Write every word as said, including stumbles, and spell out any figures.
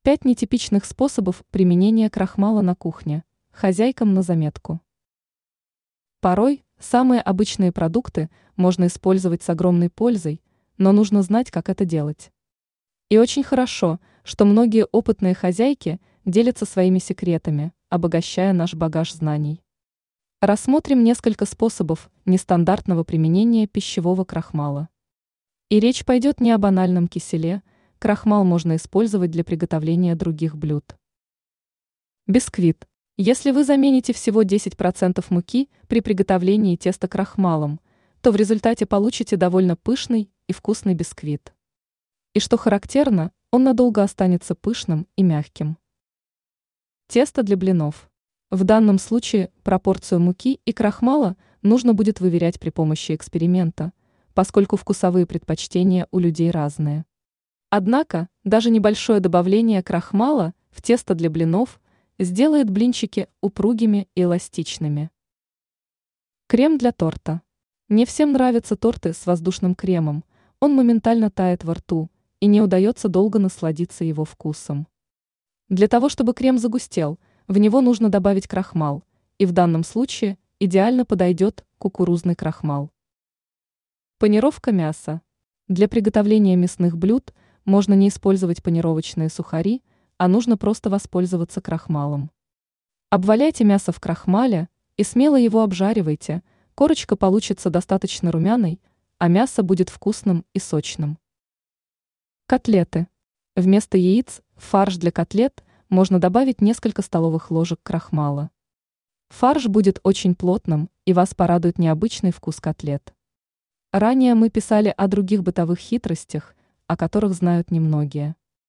Пять нетипичных способов применения крахмала на кухне. Хозяйкам на заметку. Порой самые обычные продукты можно использовать с огромной пользой, но нужно знать, как это делать. И очень хорошо, что многие опытные хозяйки делятся своими секретами, обогащая наш багаж знаний. Рассмотрим несколько способов нестандартного применения пищевого крахмала. И речь пойдет не о банальном киселе, крахмал можно использовать для приготовления других блюд. Бисквит. Если вы замените всего десять процентов муки при приготовлении теста крахмалом, то в результате получите довольно пышный и вкусный бисквит. И что характерно, он надолго останется пышным и мягким. Тесто для блинов. В данном случае пропорцию муки и крахмала нужно будет выверять при помощи эксперимента, поскольку вкусовые предпочтения у людей разные. Однако, даже небольшое добавление крахмала в тесто для блинов сделает блинчики упругими и эластичными. Крем для торта. Не всем нравятся торты с воздушным кремом, он моментально тает во рту, и не удается долго насладиться его вкусом. Для того, чтобы крем загустел, в него нужно добавить крахмал, и в данном случае идеально подойдет кукурузный крахмал. Панировка мяса. Для приготовления мясных блюд можно не использовать панировочные сухари, а нужно просто воспользоваться крахмалом. Обваляйте мясо в крахмале и смело его обжаривайте, корочка получится достаточно румяной, а мясо будет вкусным и сочным. Котлеты. Вместо яиц в фарш для котлет можно добавить несколько столовых ложек крахмала. Фарш будет очень плотным, и вас порадует необычный вкус котлет. Ранее мы писали о других бытовых хитростях, о которых знают немногие.